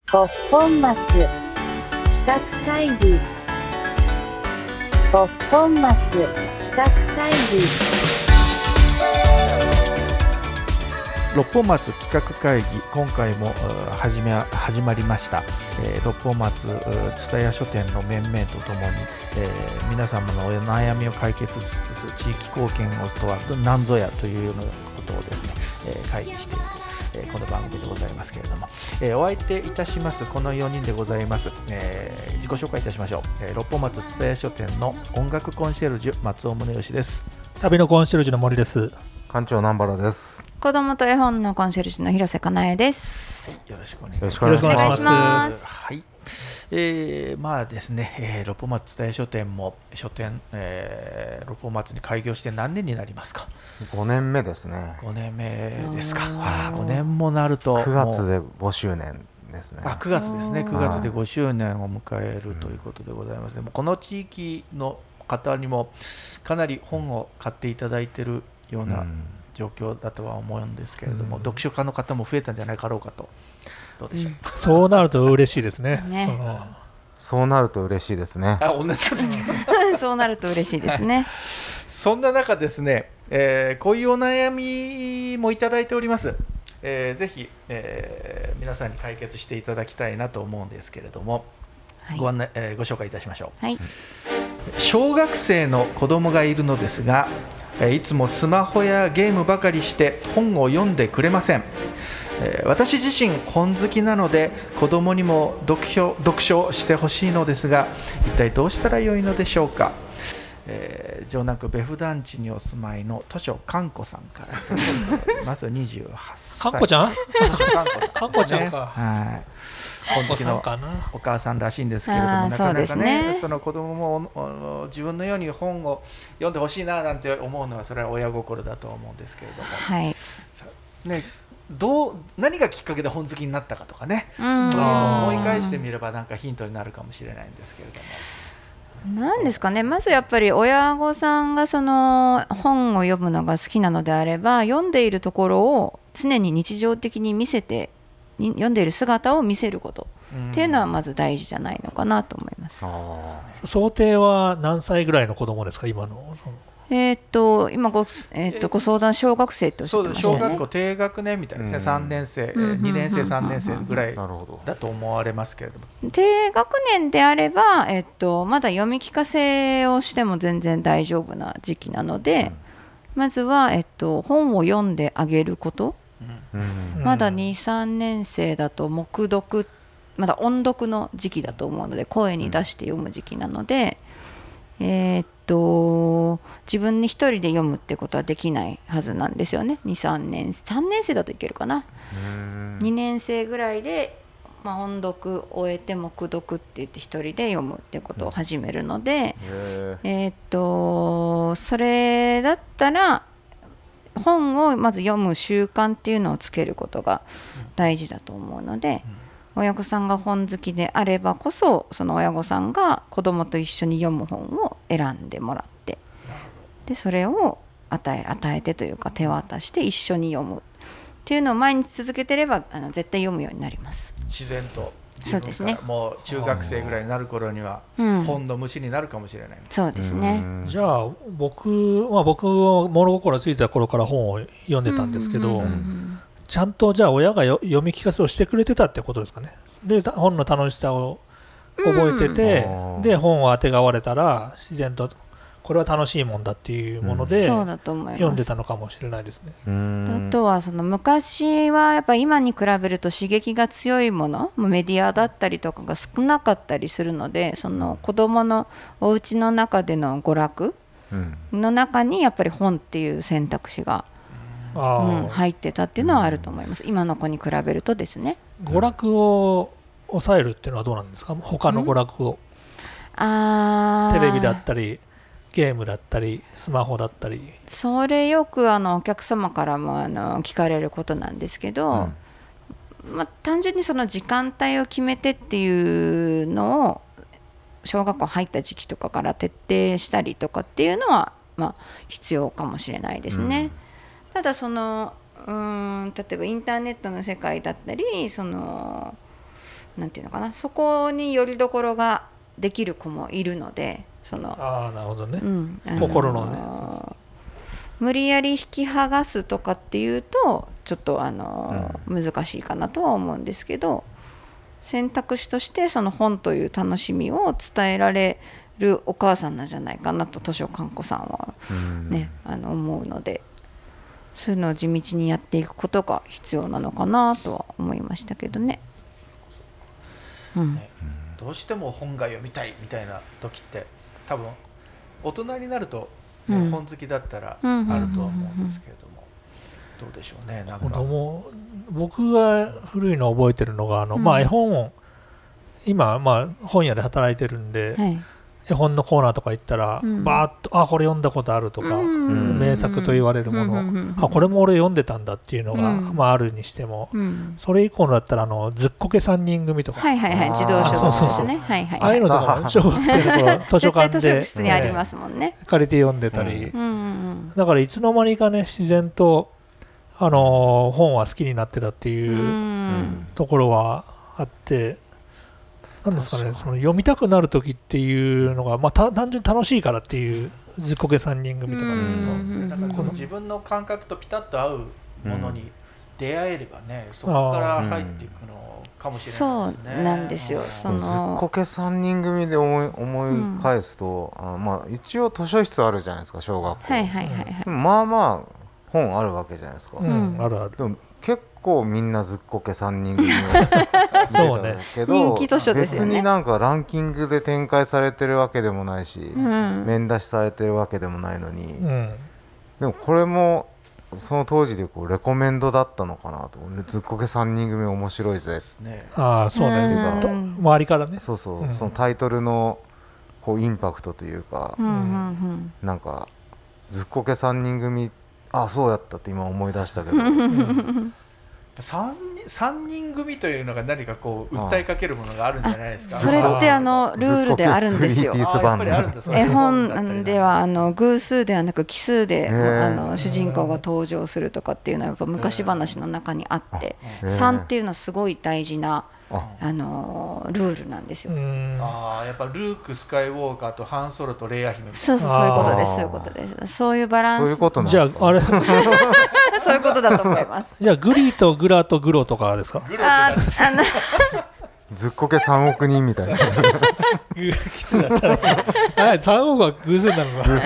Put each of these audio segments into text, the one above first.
ご本松企画会議ご本松企画会議六本松企画会議、今回も始まりました。六本松蔦屋書店の面々とともに、皆様のお悩みを解決しつつ地域貢献をとは何ぞやというようなことをですね、会議している、この番組でございますけれども、お相手いたしますこの4人でございます。自己紹介いたしましょう。六本松蔦屋書店の音楽コンシェルジュ松尾宗義です。 旅のコンシェルジュの森です。 館長南原です。 子供と絵本のコンシェルジュの広瀬かなえです。 よろしくお願いします。はい。まあですね、六本松蔦屋書店も書店、六本松に開業して何年になりますか ？5年目ですね。 5年目ですか。5年もなると 9月で5周年ですね。 9月ですね。9月で5周年を迎えるということでございますね。この地域の方にもかなり本を買っていただいているような状況だとは思うんですけれども、読書家の方も増えたんじゃないかろうかと。どうでしょう。 そうなると嬉しいですね。 そうなると嬉しいですね。 同じこと言って、 そうなると嬉しいですね。 そんな中ですね、こういうお悩みもいただいております。ぜひ、皆さんに解決していただきたいなと思うんですけれども、はい、ご紹介いたしましょう。はい、小学生の子供がいるのですが、いつもスマホやゲームばかりして本を読んでくれません。私自身本好きなので子供にも読書をしてほしいのですが、一体どうしたらよいのでしょうか。城南区別府団地にお住まいの図書かんこさんからいただいております。28歳。 かんこちゃん？ かんこちゃんか。はい。本好きのお母さんらしいんですけれども、なかなかね、その子供も自分のように本を読んでほしいななんて思うのは、それは親心だと思うんですけれども、 はいね、何がきっかけで本好きになったかとかね、そういうのを思い返してみればなんかヒントになるかもしれないんですけれども、 なんですかね、まずやっぱり親御さんがその本を読むのが好きなのであれば、読んでいるところを常に日常的に読んでいる姿を見せることっていうのはまず大事じゃないのかなと思います。 想定は何歳ぐらいの子供ですか、今の？ 今ご相談小学生とおっしゃってましたね。 小学校低学年みたいですね。3年生、2年生、3年生ぐらいだと思われますけれども、 低学年であれば、まだ読み聞かせをしても全然大丈夫な時期なので、まずは、本を読んであげること、まだ2、3年生だと黙読、まだ音読の時期だと思うので、声に出して読む時期なので、自分に一人で読むってことはできないはずなんですよね。3年生だといけるかな。2年生ぐらいで、音読終えて黙読って言って一人で読むってことを始めるので、それだったら本をまず読む習慣っていうのをつけることが大事だと思うので、親御さんが本好きであればこそ、その親御さんが子供と一緒に読む本を選んでもらって、でそれを与えてというか手渡して一緒に読むっていうのを毎日続けてれば絶対読むようになります。 自然と。 そうですね。 もう中学生ぐらいになる頃には本の虫になるかもしれない。 そうですね。 じゃあ僕は物心ついた頃から本を読んでたんですけど、ちゃんとじゃあ親が読み聞かせをしてくれてたってことですかね。で本の楽しさを覚えてて、で本をあてがわれたら自然とこれは楽しいもんだっていうもので読んでたのかもしれないですね。 あとはその昔はやっぱり今に比べると刺激が強いもの、メディアだったりとかが少なかったりするので、その子どものお家の中での娯楽の中にやっぱり本っていう選択肢が入ってたっていうのはあると思います。今の子に比べるとですね。 娯楽を抑えるっていうのはどうなんですか？他の娯楽を、テレビだったりゲームだったりスマホだったり。 それよくお客様からも聞かれることなんですけど、単純にその時間帯を決めてっていうのを小学校入った時期とかから徹底したりとかっていうのは必要かもしれないですね。ただ例えばインターネットの世界だったり、 なんていうのかな、そこによりどころができる子もいるので、 なるほどね、 心のね、 無理やり引き剥がすとかっていうとちょっと難しいかなとは思うんですけど、選択肢としてその本という楽しみを伝えられるお母さんなんじゃないかなと図書館子さんはね、思うので、そういうのを地道にやっていくことが必要なのかなとは思いましたけどね。 どうしても本が読みたいみたいな時って多分大人になると本好きだったらあるとは思うんですけれども、どうでしょうね。なんか僕が古いのを覚えてるのが絵本を今本屋で働いてるんで、絵本のコーナーとか行ったらバーッとこれ読んだことあるとか、名作と言われるもの、これも俺読んでたんだっていうのがあるにしても、それ以降のだったらずっこけ3人組とか、 児童書ですね、 ああいうのとか小学生の頃図書館で図書室にありますもんね、 借りて読んでたり、だからいつの間にかね自然と本は好きになってたっていうところはあって、なんですかね、その読みたくなる時っていうのが、単純に楽しいからっていう、ずっこけ3人組とかね、 そうですね、だからこの自分の感覚とピタッと合うものに出会えればね、そこから入っていくのかもしれないですね。 そうなんですよ。 ずっこけ3人組で思い返すと、一応図書室あるじゃないですか、小学校。でも本あるわけじゃないですか。 あるある。 でも結構みんなずっこけ3人組を見てたけど、 人気図書ですよね。 別になんかランキングで展開されてるわけでもないし、面出しされてるわけでもないのに、でもこれもその当時でレコメンドだったのかなと。ずっこけ3人組面白いぜですね。 そうね。周りからね。 そのタイトルのインパクトというか、なんかずっこけ3人組、そうやったって今思い出したけど 3人組というのが何か訴えかけるものがあるんじゃないですか。 それってルールであるんですよ。絵本では偶数ではなく奇数で主人公が登場するとかっていうのはやっぱ昔話の中にあって、3っていうのはすごい大事なルールなんですよ。 やっぱルーク・スカイウォーカーとハンソロとレイヤ姫。 そういうことです、そういうことです。そういうバランス。 そういうことなんですか。 じゃああれそういうことだと思います。 じゃあグリとグラとグロとかですか。 ずっこけ3億人みたいな。 きつだったら3億は偶数なのか。 そん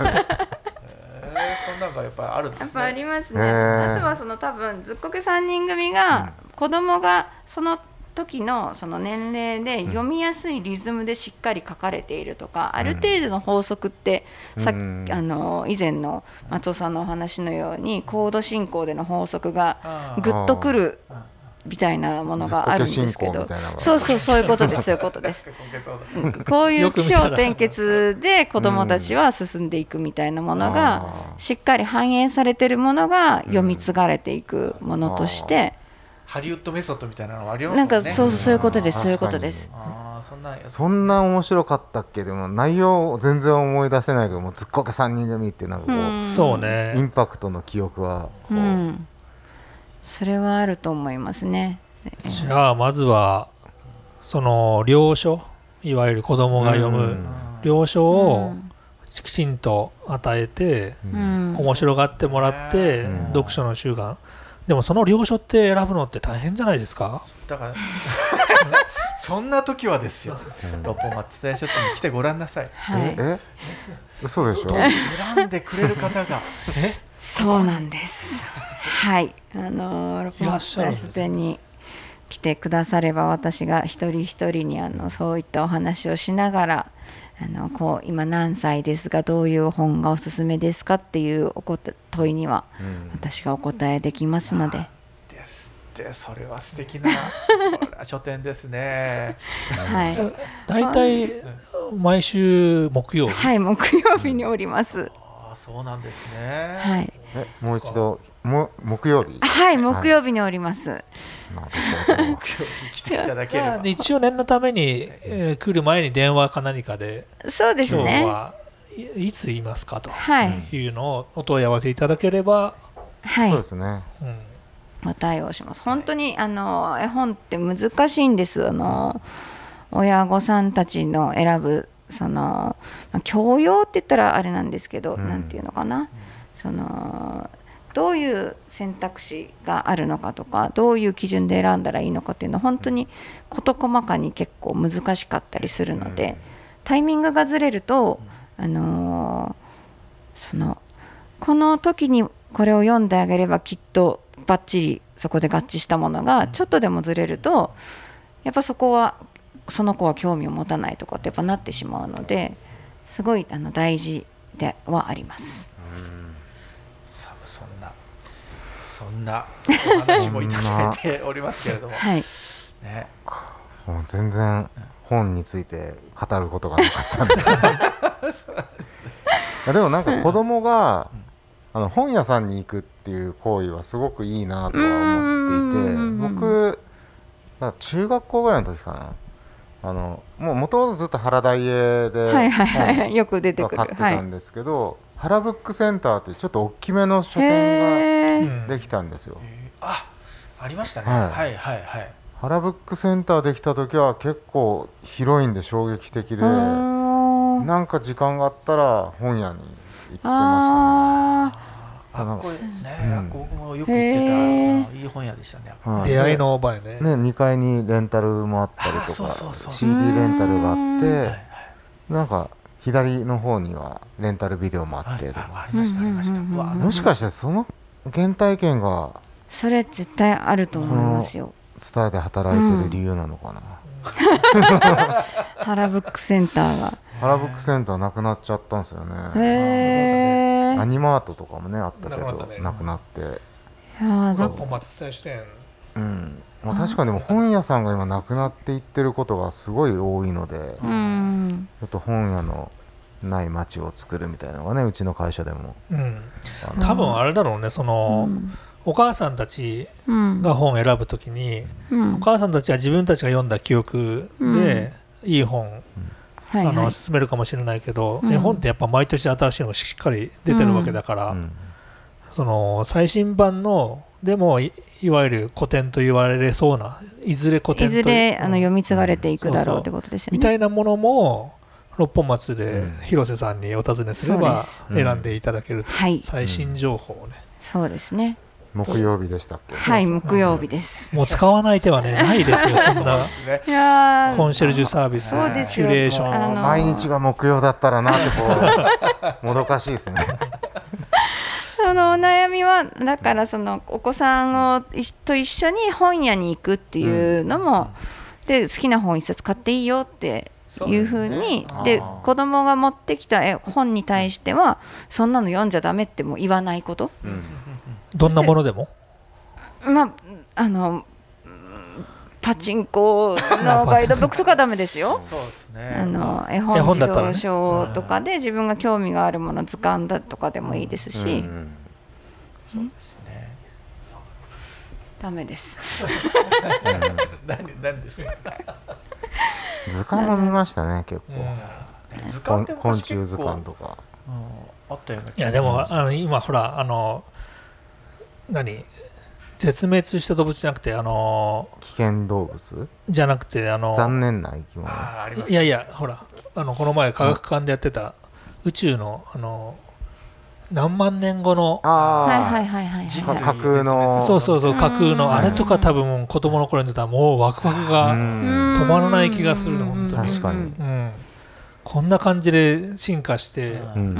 なのがやっぱりあるんですね。 やっぱありますね。あとは多分ずっこけ3人組が子供がその時のその年齢で読みやすいリズムでしっかり書かれているとか、ある程度の法則って以前の松尾さんのお話のようにコード進行での法則がグッとくるみたいなものがあるんですけど、そういうことです、そういうことです。こういう起承転結で子どもたちは進んでいくみたいなものがしっかり反映されているものが読み継がれていくものとしてハリウッドメソッドみたいなのがありますもんね。 なんかそういうことです、そういうことです。 そんな面白かったっけ。でも内容全然思い出せないけども、ずっこけ3人組ってなんかそうね、 インパクトの記憶はそれはあると思いますね。 じゃあまずはその領書、いわゆる子供が読む領書をきちんと与えて面白がってもらって読書の習慣。でもその領書って選ぶのって大変じゃないですか。 だからそんな時はですよ、六本松伝え書店に来てごらんなさい。 嘘でしょ。 選んでくれる方がそうなんです。はい、六本松伝え書店に来てくだされば、私が一人一人にそういったお話をしながら、今何歳ですがどういう本がおすすめですかっていう問いには私がお答えできますので。 ですって、それは素敵な書店ですね。 はい。 だいたい毎週木曜日。 はい、木曜日におります。 そうなんですね。 はい。 もう一度木曜日。 はい、木曜日におります。 木曜日来ていただければ。 一応念のために、来る前に電話か何かで、 そうですね。 今日はいつ言いますかというのをお問い合わせいただければ、 はい、 そうですね。 ご対応します。本当に絵本って難しいんです。親御さんたちの選ぶ教養って言ったらあれなんですけど、なんていうのかな、どういう選択肢があるのかとか、どういう基準で選んだらいいのかっていうのは本当に事細かに結構難しかったりするので、タイミングがずれると、この時にこれを読んであげればきっとバッチリそこで合致したものがちょっとでもずれると、やっぱそこはその子は興味を持たないとかってやっぱなってしまうので、すごい大事ではあります。 そんなお話もいただいておりますけれども、 はい、 ね、 もう全然本について語ることがなかったんででもなんか子供が本屋さんに行くっていう行為はすごくいいなとは思っていて、僕中学校ぐらいの時かな、もともとずっと原大英でよく出てくる買ってたんですけど、原ブックセンターっていうちょっと大きめの書店ができたんですよ。 ありましたね。はいはいはい。 原ブックセンターできた時は結構広いんで衝撃的で、なんか時間があったら本屋に行ってましたね。 これね、僕もよく行ってたいい本屋でしたね。 出会いの場合ね。 2階にレンタルもあったりとか、CD レンタルがあって、なんか左の方にはレンタルビデオもあってとか、もしかしてその原体験がそれ絶対あると思いますよ。 伝えで働いてる理由なのかな。 原ブックセンターが原ブックセンターなくなっちゃったんですよね。 アニマートとかもねあったけどなくなって、 本町伝えして確かにも本屋さんが今なくなっていってることがすごい多いので、ちょっと本屋のない街を作るみたいなのがね、うちの会社でも、 多分あれだろうね、お母さんたちが本を選ぶときに、お母さんたちは自分たちが読んだ記憶でいい本勧めるかもしれないけど、絵本ってやっぱ毎年新しいのがしっかり出てるわけだから、最新版のでも いわゆる古典と言われそうないずれ古典といずれ読み継がれていくだろうってことですよね。 みたいなものも六本松で広瀬さんにお尋ねすれば選んでいただけると、最新情報をね。 そうですね。 木曜日でしたっけ？ はい、木曜日です。 もう使わない手はねないですよ。こんなコンシェルジュサービス、キュレーション、 毎日が木曜だったらなってこうもどかしいですね。 お悩みはだからお子さんと一緒に本屋に行くっていうのも、で好きな本一冊買っていいよっていう風に、で子供が持ってきた本に対してはそんなの読んじゃダメっても言わないこと、 どんなものでも、 パチンコのガイドブックとかダメですよ。 そうですね。 絵本児童書とかで自分が興味があるもの、図鑑だとかでもいいですし、 そうですね。 ダメです。 何ですか。 図鑑も見ましたね、結構。昆虫図鑑とか。 あったよね。 いやでも今ほら絶滅した動物じゃなくて危険動物じゃなくて残念な生き物。 いやほらこの前科学館でやってた宇宙の何万年後の架空のそう架空のあれとか、多分子供の頃に出たらもうワクワクが止まらない気がするの。本当に確かに、 こんな感じで進化して、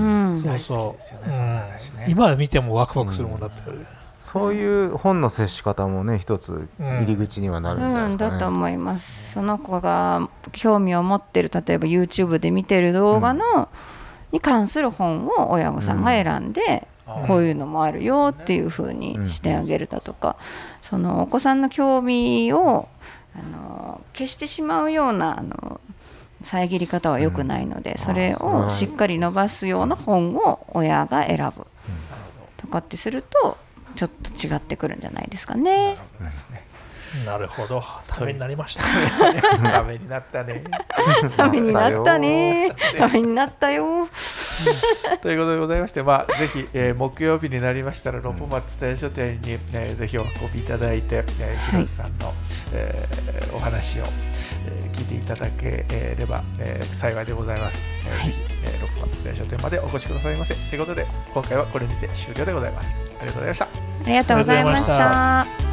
今見てもワクワクするもんだって、 そういう本の接し方もね、一つ入り口にはなるんじゃないですかね。 だと思います。その子が興味を持ってる、例えば YouTube で見てる動画に関する本を親御さんが選んで、こういうのもあるよっていう風にしてあげるだとか、お子さんの興味を消してしまうような遮り方は良くないので、それをしっかり伸ばすような本を親が選ぶとかってするとちょっと違ってくるんじゃないですかね。 なるほど、ためになりました。 ためになったね。 ためになったね。ためになったよ。 ということでございまして、ぜひ、木曜日になりましたら六本松伝書店に、ぜひお運びいただいて、ひろしさんの、お話を、聞いていただければ、幸いでございます。ぜひ、六本松伝書店までお越しくださいませ。ということで今回はこれにて終了でございます。ありがとうございました。 ありがとうございました。